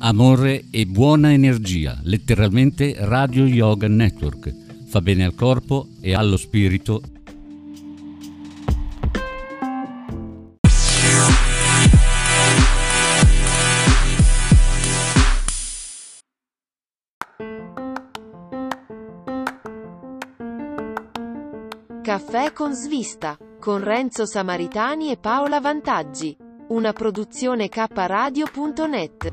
Amore e buona energia, letteralmente Radio Yoga Network. Fa bene al corpo e allo spirito. Caffè con svista, con Renzo Samaritani e Paola Vantaggi. Una produzione kradio.net.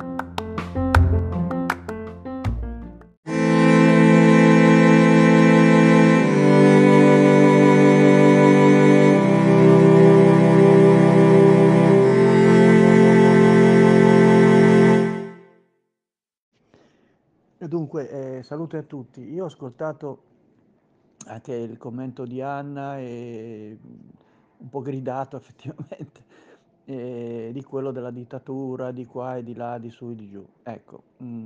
Dunque, salute a tutti. Io ho ascoltato anche il commento di Anna e un po' gridato effettivamente di quello della dittatura, di qua e di là, di su e di giù. Ecco,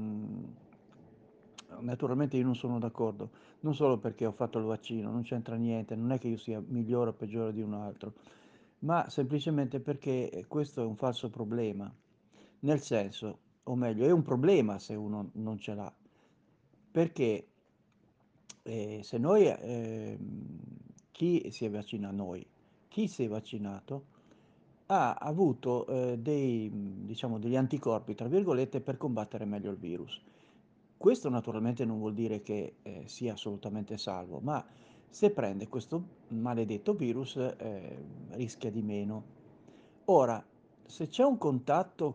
naturalmente io non sono d'accordo, non solo perché ho fatto il vaccino, non c'entra niente, non è che io sia migliore o peggiore di un altro, ma semplicemente perché questo è un falso problema, nel senso, o meglio, è un problema se uno non ce l'ha, perché se noi, chi si è vaccinato, noi, chi si è vaccinato ha avuto diciamo, degli anticorpi, tra virgolette, per combattere meglio il virus. Questo naturalmente non vuol dire che sia assolutamente salvo, ma se prende questo maledetto virus rischia di meno. Ora, se c'è un contatto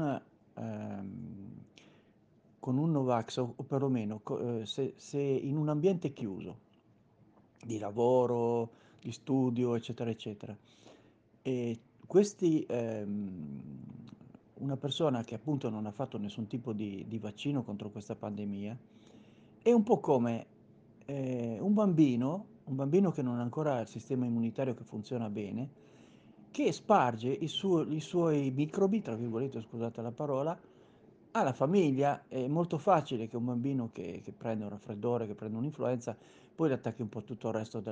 con un Novax, o perlomeno se in un ambiente chiuso, di lavoro, di studio, eccetera, eccetera, e una persona che appunto non ha fatto nessun tipo di vaccino contro questa pandemia, è un po' come un bambino che non ha ancora il sistema immunitario che funziona bene, che sparge i suoi microbi, tra virgolette, scusate la parola, alla famiglia. È molto facile che un bambino che prende un raffreddore, che prende un'influenza, poi le attacchi un po' tutto il resto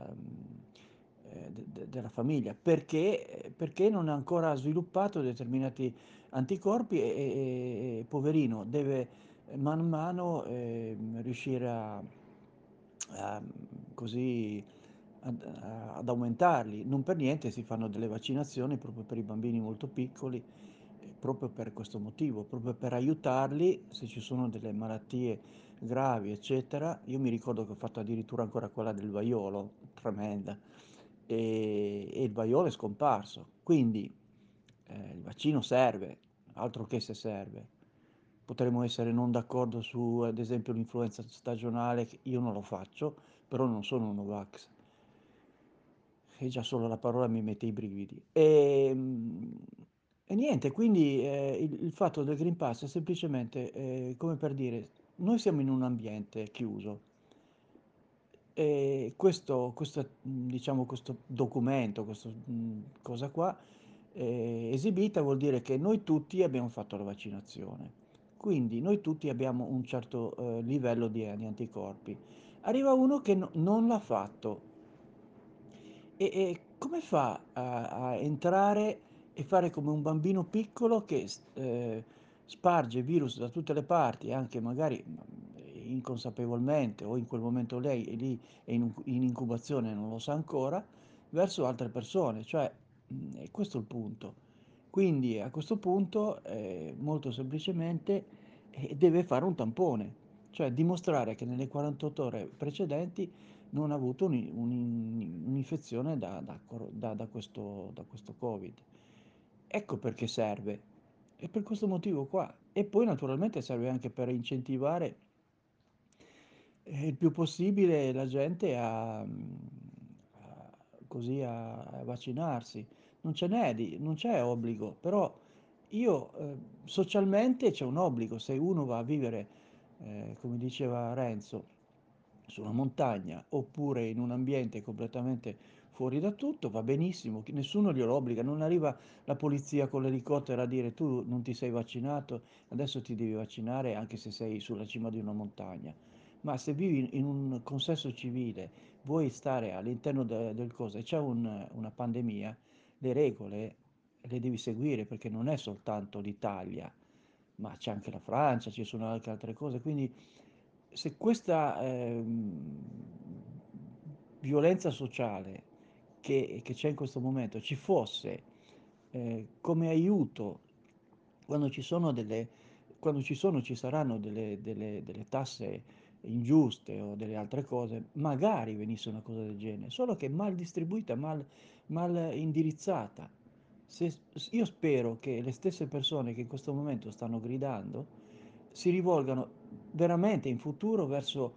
della famiglia, perché non ha ancora sviluppato determinati anticorpi e poverino deve man mano riuscire a- così ad aumentarli. Non per niente si fanno delle vaccinazioni proprio per i bambini molto piccoli, proprio per questo motivo, proprio per aiutarli se ci sono delle malattie gravi, eccetera. Io mi ricordo che ho fatto addirittura ancora quella del vaiolo, tremenda, e il vaiolo è scomparso. Quindi il vaccino serve, altro che se serve. Potremmo essere non d'accordo su, ad esempio, l'influenza stagionale, che io non lo faccio, però non sono un Novax. E già solo la parola mi mette i brividi. E niente, quindi il fatto del Green Pass è semplicemente come per dire, noi siamo in un ambiente chiuso e diciamo, questo documento, questa cosa qua, esibita vuol dire che noi tutti abbiamo fatto la vaccinazione, quindi noi tutti abbiamo un certo livello di anticorpi. Arriva uno che non l'ha fatto e come fa a entrare e fare come un bambino piccolo che sparge virus da tutte le parti, anche magari inconsapevolmente o in quel momento lei è lì è in incubazione e non lo sa ancora, verso altre persone, cioè è questo il punto. Quindi a questo punto molto semplicemente deve fare un tampone, cioè dimostrare che nelle 48 ore precedenti non ha avuto un'infezione da questo Covid. Ecco perché serve. E per questo motivo qua. E poi naturalmente serve anche per incentivare il più possibile la gente così a vaccinarsi. Non c'è obbligo, però socialmente c'è un obbligo. Se uno va a vivere, come diceva Renzo, su una montagna oppure in un ambiente completamente fuori da tutto, va benissimo, nessuno glielo obbliga, non arriva la polizia con l'elicottero a dire tu non ti sei vaccinato, adesso ti devi vaccinare anche se sei sulla cima di una montagna. Ma se vivi in un consesso civile, vuoi stare all'interno del coso e c'è una pandemia, le regole le devi seguire perché non è soltanto l'Italia. ma c'è anche la Francia, ci sono anche altre cose, quindi se questa violenza sociale che c'è in questo momento ci fosse come aiuto quando ci sono ci saranno delle tasse ingiuste o delle altre cose, magari venisse una cosa del genere, solo che mal distribuita, mal indirizzata. Io spero che le stesse persone che in questo momento stanno gridando si rivolgano veramente in futuro verso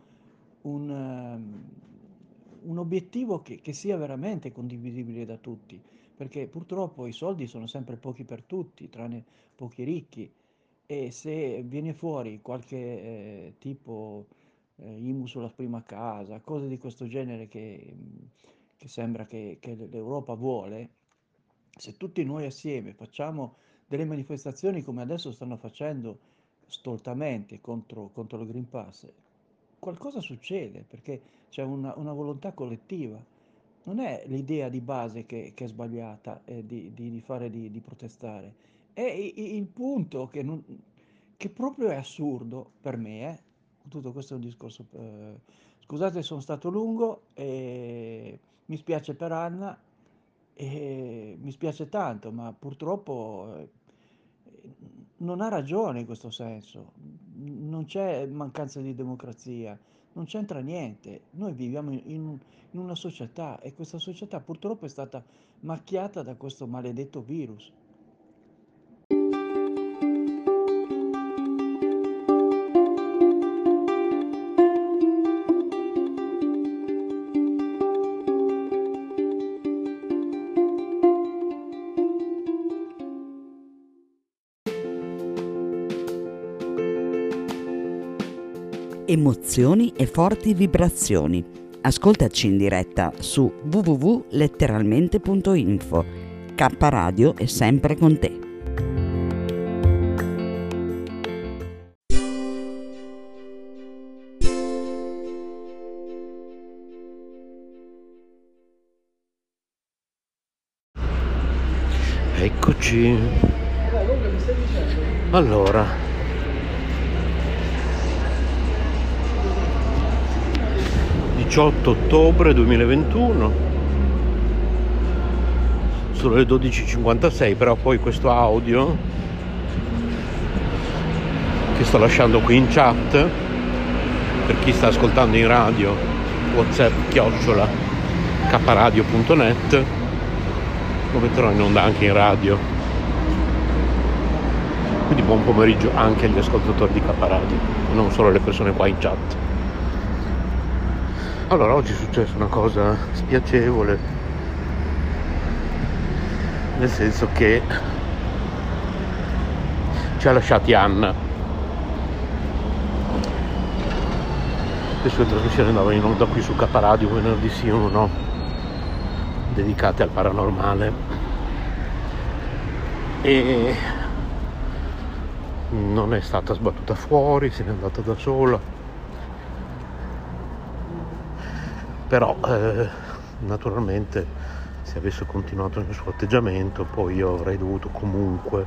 un obiettivo che sia veramente condivisibile da tutti, perché purtroppo i soldi sono sempre pochi per tutti, tranne pochi ricchi, e se viene fuori qualche tipo IMU sulla prima casa, cose di questo genere che sembra che l'Europa vuole, se tutti noi assieme facciamo delle manifestazioni come adesso stanno facendo stoltamente contro il Green Pass, qualcosa succede perché c'è una volontà collettiva. Non è l'idea di base che è sbagliata di protestare, è il punto che proprio è assurdo per me. Tutto questo è un discorso. Scusate, sono stato lungo e mi spiace per Anna e mi spiace tanto, ma purtroppo non ha ragione in questo senso. Non c'è mancanza di democrazia, non c'entra niente. Noi viviamo in una società e questa società purtroppo è stata macchiata da questo maledetto virus. Emozioni e forti vibrazioni. Ascoltaci in diretta su www.letteralmente.info. K Radio è sempre con te. Eccoci. Allora, 18 ottobre 2021, sono le 12:56, però poi questo audio che sto lasciando qui in chat, per chi sta ascoltando in radio, whatsapp@kradio.net, lo metterò in onda anche in radio. Quindi buon pomeriggio anche agli ascoltatori di K Radio, non solo alle persone qua in chat. Allora, oggi è successa una cosa spiacevole, nel senso che ci ha lasciati Anna. Le sue trasmissioni andavano in onda qui su K Radio venerdì sì o no, dedicate al paranormale, e non è stata sbattuta fuori, se n'è andata da sola. Però naturalmente se avesse continuato nel suo atteggiamento poi io avrei dovuto comunque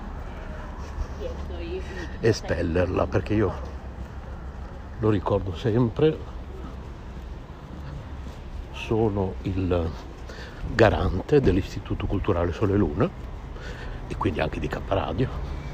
espellerla, perché io lo ricordo sempre, sono il garante dell'Istituto Culturale Sole e Luna e quindi anche di K Radio.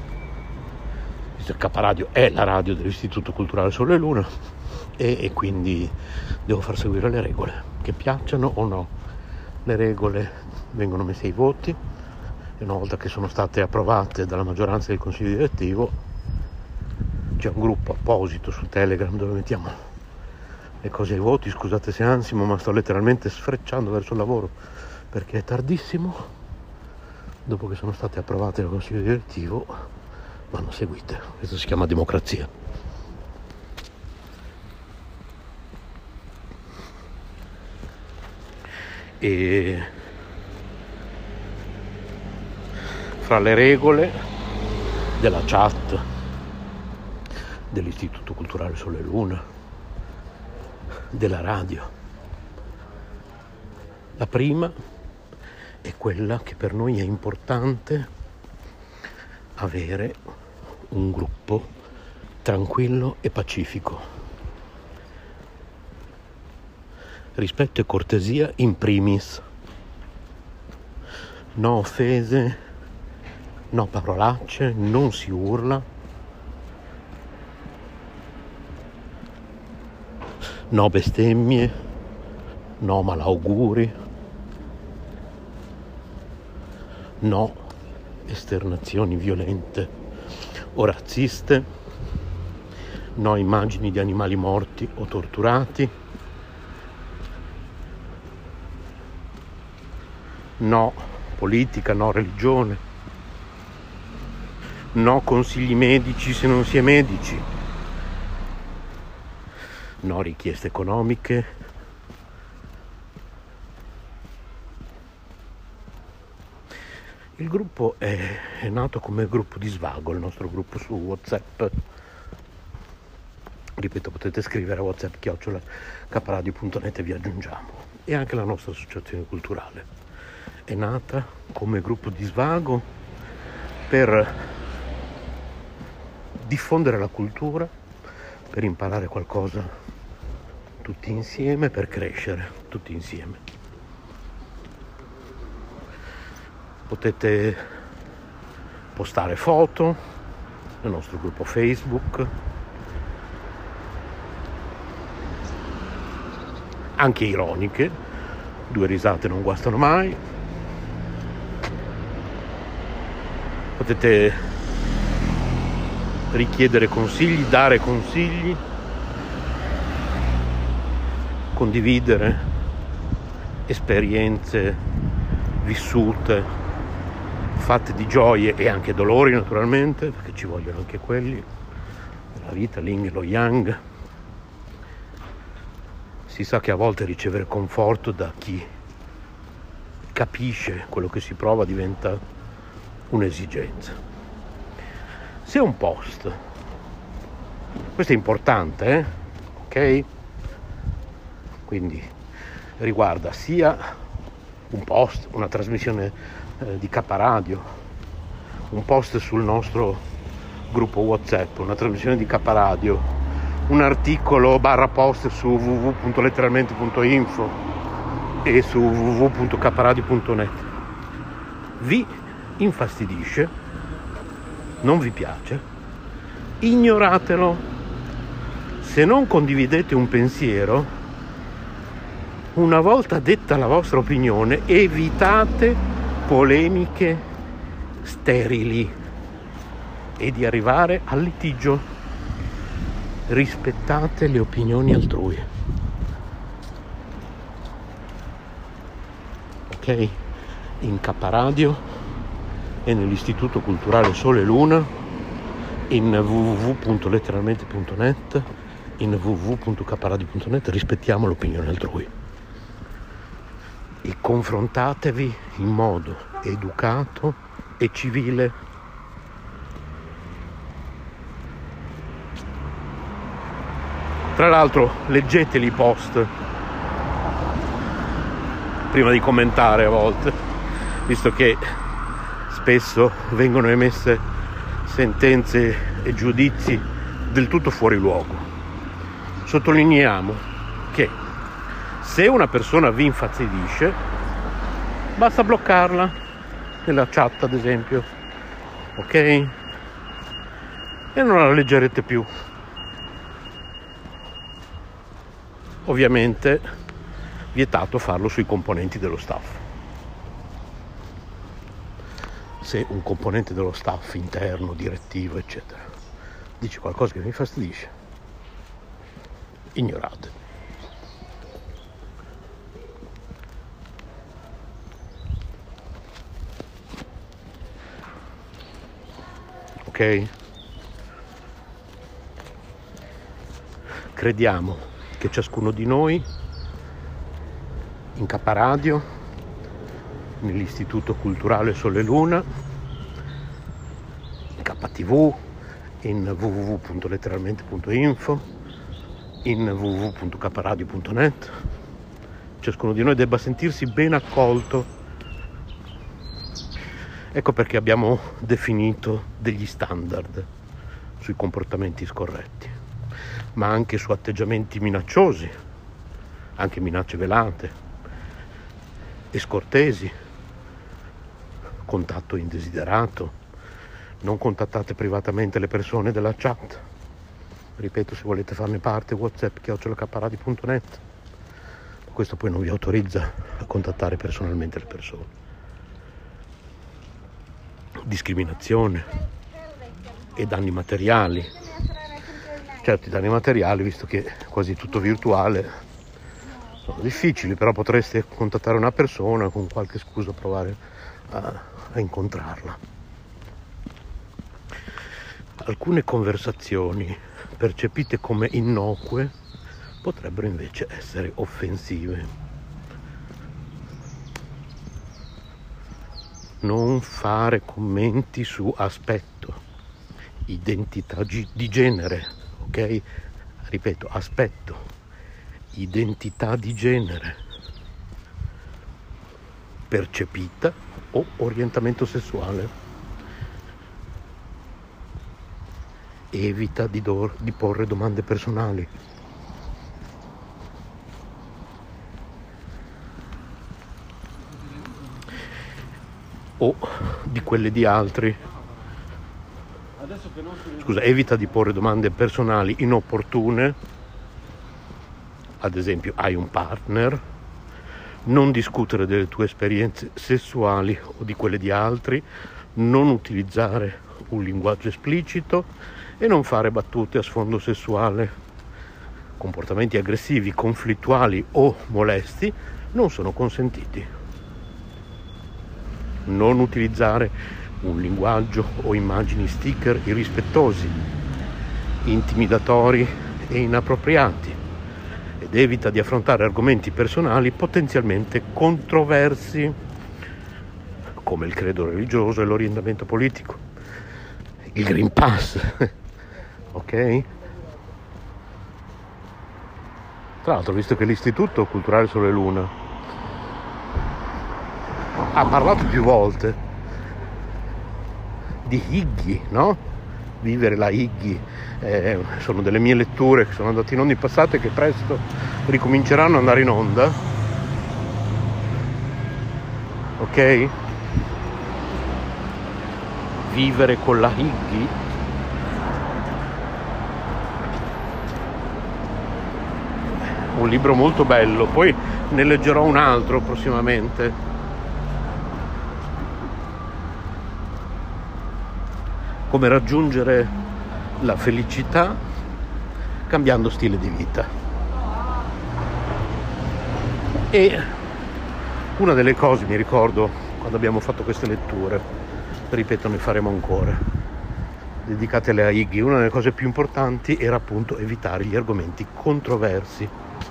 K Radio è la radio dell'Istituto Culturale Sole e Luna e quindi devo far seguire le regole, che piacciono o no. Le regole vengono messe ai voti e una volta che sono state approvate dalla maggioranza del consiglio direttivo c'è un gruppo apposito su Telegram dove mettiamo le cose ai voti. Scusate se ansimo, ma sto letteralmente sfrecciando verso il lavoro perché è tardissimo. Dopo che sono state approvate dal consiglio direttivo vanno seguite. Questo si chiama democrazia. E fra le regole della chat dell'Istituto Culturale Sole e Luna, della radio, la prima è quella che per noi è importante avere un gruppo tranquillo e pacifico. Rispetto e cortesia in primis. No offese, no parolacce, non si urla, no bestemmie, no malauguri, no esternazioni violente o razziste, no immagini di animali morti o torturati, no politica, no religione, no consigli medici se non si è medici, no richieste economiche, il gruppo è nato come gruppo di svago, il nostro gruppo su WhatsApp. Ripeto, potete scrivere a whatsapp@caparadio.net e vi aggiungiamo. E anche la nostra associazione culturale è nata come gruppo di svago per diffondere la cultura, per imparare qualcosa tutti insieme, per crescere tutti insieme. Potete postare foto nel nostro gruppo Facebook, anche ironiche, 2 risate non guastano mai. Potete richiedere consigli, dare consigli, condividere esperienze vissute, fatte di gioie e anche dolori naturalmente, perché ci vogliono anche quelli, la vita, l'yin e lo yang. Si sa che a volte ricevere conforto da chi capisce quello che si prova diventa un'esigenza. Se un post, questo è importante, ok? Quindi riguarda sia un post, una trasmissione di Caparadio, un post sul nostro gruppo WhatsApp, una trasmissione di Caparadio, un articolo /post su www.letteralmente.info e su www.caparadio.net, vi infastidisce, non vi piace, ignoratelo. Se non condividete un pensiero, una volta detta la vostra opinione, evitate polemiche sterili e di arrivare al litigio. Rispettate le opinioni altrui. Ok? In Caparadio e nell'Istituto Culturale Sole e Luna, in www.letteralmente.net, in www.caparadio.net, rispettiamo l'opinione altrui e confrontatevi in modo educato e civile. Tra l'altro leggeteli i post prima di commentare a volte, visto che spesso vengono emesse sentenze e giudizi del tutto fuori luogo. Sottolineiamo che se una persona vi infastidisce, basta bloccarla nella chat, ad esempio, ok? E non la leggerete più. Ovviamente vietato farlo sui componenti dello staff. Se un componente dello staff interno, direttivo, eccetera, dice qualcosa che mi infastidisce, ignorate. Ok? Crediamo che ciascuno di noi in Caparadio, nell'Istituto Culturale Sole e Luna, in KTV, in www.letteralmente.info, in www.caparadio.net, ciascuno di noi debba sentirsi ben accolto. Ecco perché abbiamo definito degli standard sui comportamenti scorretti, ma anche su atteggiamenti minacciosi, anche minacce velate e scortesi, contatto indesiderato. Non contattate privatamente le persone della chat. Ripeto, se volete farne parte, whatsapp@caparadi.net. Questo poi non vi autorizza a contattare personalmente le persone. Discriminazione e danni materiali. Certo, i danni materiali, visto che è quasi tutto virtuale, sono difficili, però potreste contattare una persona, con qualche scusa provare a incontrarla. Alcune conversazioni percepite come innocue potrebbero invece essere offensive. Non fare commenti su aspetto, identità di genere, ok? Ripeto, aspetto, identità di genere percepita o orientamento sessuale. Evita di porre domande personali. O di quelle di altri. Scusa, evita di porre domande personali inopportune. Ad esempio, hai un partner. Non discutere delle tue esperienze sessuali o di quelle di altri. Non utilizzare un linguaggio esplicito e non fare battute a sfondo sessuale. Comportamenti aggressivi, conflittuali o molesti non sono consentiti. Non utilizzare un linguaggio o immagini sticker irrispettosi, intimidatori e inappropriati, ed evita di affrontare argomenti personali potenzialmente controversi, come il credo religioso e l'orientamento politico, il Green Pass, ok? Tra l'altro, visto che l'Istituto Culturale Sole Luna ha parlato più volte di Higgi, no? Vivere la Higgi, sono delle mie letture che sono andate in onda in passato e che presto ricominceranno ad andare in onda, ok? Vivere con la Higgi un libro molto bello, poi ne leggerò un altro prossimamente. Come raggiungere la felicità cambiando stile di vita. E una delle cose, mi ricordo quando abbiamo fatto queste letture, ripeto, ne faremo ancora, dedicate alle Higgi, una delle cose più importanti era appunto evitare gli argomenti controversi.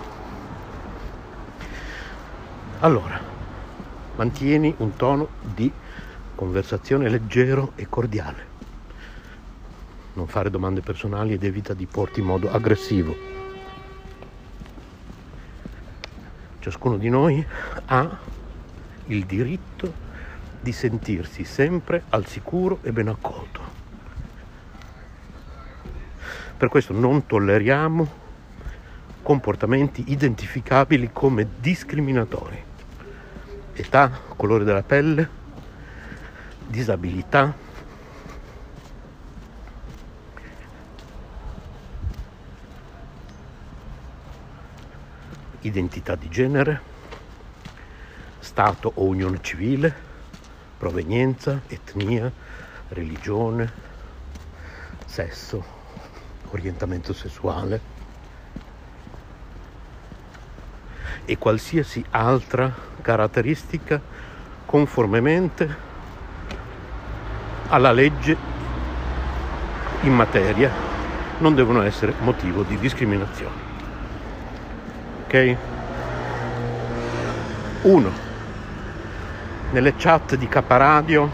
Allora, mantieni un tono di conversazione leggero e cordiale. Non fare domande personali ed evita di porti in modo aggressivo. Ciascuno di noi ha il diritto di sentirsi sempre al sicuro e ben accolto. Per questo non tolleriamo comportamenti identificabili come discriminatori. Età, colore della pelle, disabilità, identità di genere, stato o unione civile, provenienza, etnia, religione, sesso, orientamento sessuale e qualsiasi altra caratteristica conformemente alla legge in materia non devono essere motivo di discriminazione. Ok? 1. Nelle chat di Caparadio,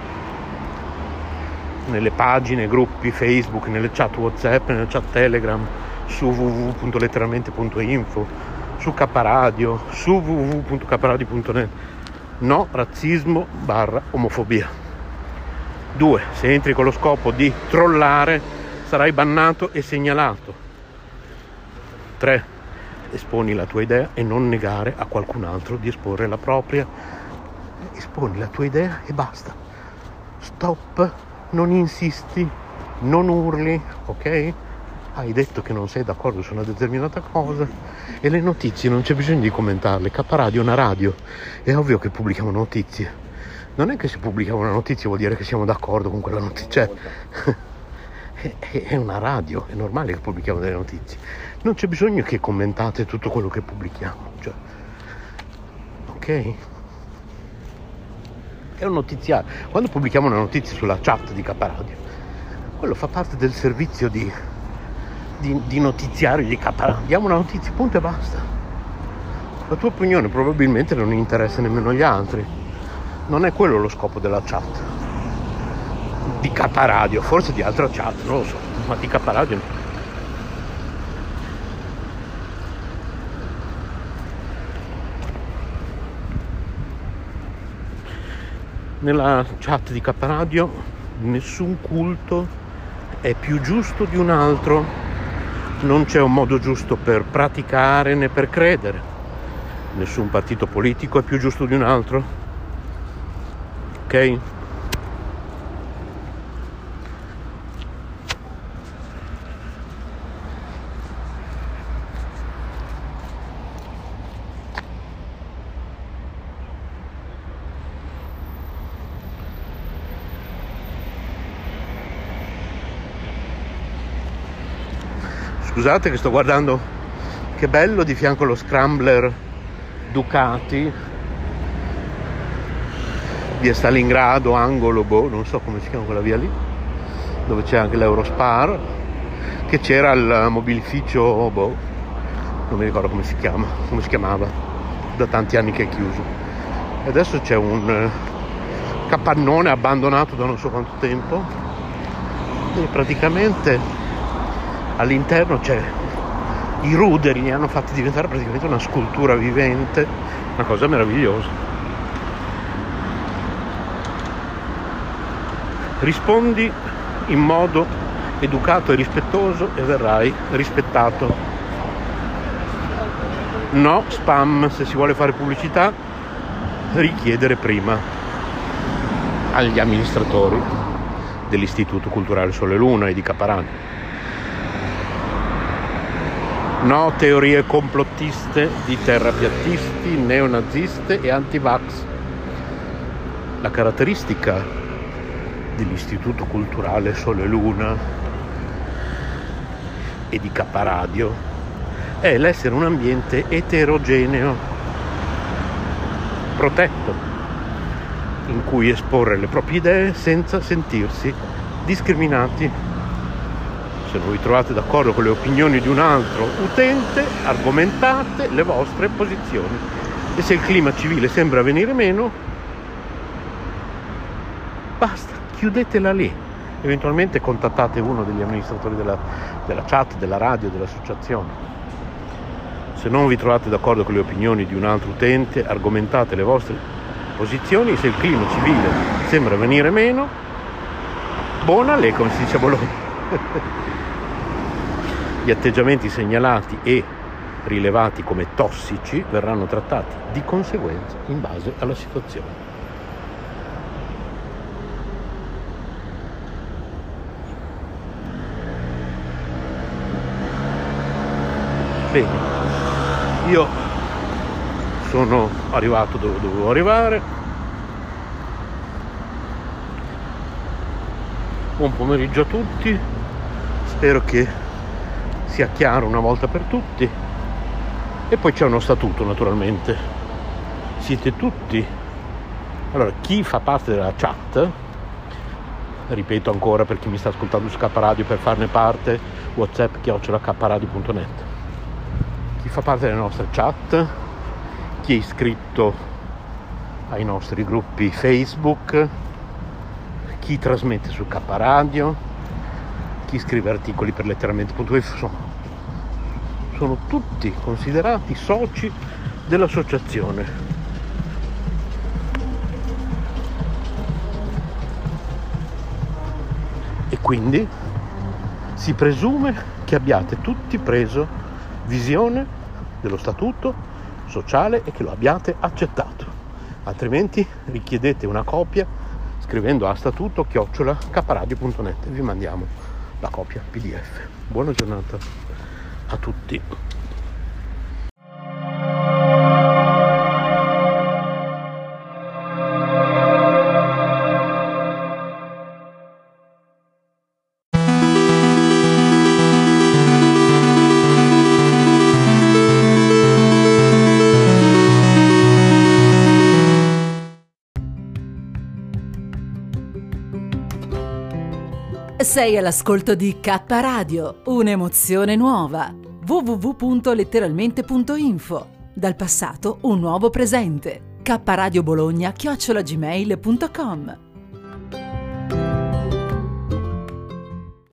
nelle pagine, gruppi Facebook, nelle chat WhatsApp, nelle chat Telegram, su www.letteralmente.info, su Caparadio, su www.caparadio.net. No razzismo / omofobia. 2. Se entri con lo scopo di trollare, sarai bannato e segnalato. 3. Esponi la tua idea e non negare a qualcun altro di esporre la propria. Esponi la tua idea e basta. Stop, non insisti, non urli, ok? Hai detto che non sei d'accordo su una determinata cosa e le notizie non c'è bisogno di commentarle. K-Radio è una radio, è ovvio che pubblichiamo notizie. Non è che se pubblichiamo una notizia vuol dire che siamo d'accordo con quella notizia. È una radio, è normale che pubblichiamo delle notizie. Non c'è bisogno che commentate tutto quello che pubblichiamo, cioè, ok? È un notiziario. Quando pubblichiamo una notizia sulla chat di K-Radio, quello fa parte del servizio di notiziario di K-Radio. Diamo una notizia, punto e basta. La tua opinione probabilmente non interessa nemmeno gli altri. Non è quello lo scopo della chat di K-Radio, forse di altra chat, non lo so, ma di K-Radio no. Nella chat di K-Radio nessun culto è più giusto di un altro, non c'è un modo giusto per praticare né per credere, nessun partito politico è più giusto di un altro, ok? Scusate che sto guardando, che bello, di fianco allo scrambler Ducati, via Stalingrado, angolo, non so come si chiama quella via lì, dove c'è anche l'Eurospar, che c'era il mobilificio, non mi ricordo come si chiamava, da tanti anni che è chiuso. E adesso c'è un capannone abbandonato da non so quanto tempo, e praticamente all'interno c'è i ruderi, li hanno fatti diventare praticamente una scultura vivente, una cosa meravigliosa. Rispondi in modo educato e rispettoso e verrai rispettato. No spam. Se si vuole fare pubblicità, richiedere prima agli amministratori dell'Istituto Culturale Sole Luna e di K-Radio. No teorie complottiste di terrapiattisti, neonaziste e anti-vax. La caratteristica dell'Istituto Culturale Sole Luna e di K-Radio è l'essere un ambiente eterogeneo, protetto, in cui esporre le proprie idee senza sentirsi discriminati. Se non vi trovate d'accordo con le opinioni di un altro utente, argomentate le vostre posizioni. E se il clima civile sembra venire meno, basta, chiudetela lì. Eventualmente contattate uno degli amministratori della chat, della radio, dell'associazione. Se non vi trovate d'accordo con le opinioni di un altro utente, argomentate le vostre posizioni. Se il clima civile sembra venire meno, buona lei, come si dice a Bologna. Gli atteggiamenti segnalati e rilevati come tossici verranno trattati di conseguenza in base alla situazione. Bene, io sono arrivato dove dovevo arrivare. Buon pomeriggio a tutti, spero che sia chiaro una volta per tutti. E poi c'è uno statuto, naturalmente. Siete tutti, allora, chi fa parte della chat, ripeto ancora per chi mi sta ascoltando su K-Radio, per farne parte, whatsapp@kpradio.net. Chi fa parte delle nostre chat, chi è iscritto ai nostri gruppi Facebook, chi trasmette su K-Radio, chi scrive articoli per letteralmente.it, sono tutti considerati soci dell'associazione. E quindi si presume che abbiate tutti preso visione dello statuto sociale e che lo abbiate accettato, altrimenti richiedete una copia scrivendo a statuto@caparadio.net e vi mandiamo la copia PDF. Buona giornata a tutti. Sei all'ascolto di K Radio, un'emozione nuova. www.letteralmente.info. Dal passato un nuovo presente. kradiobologna@gmail.com.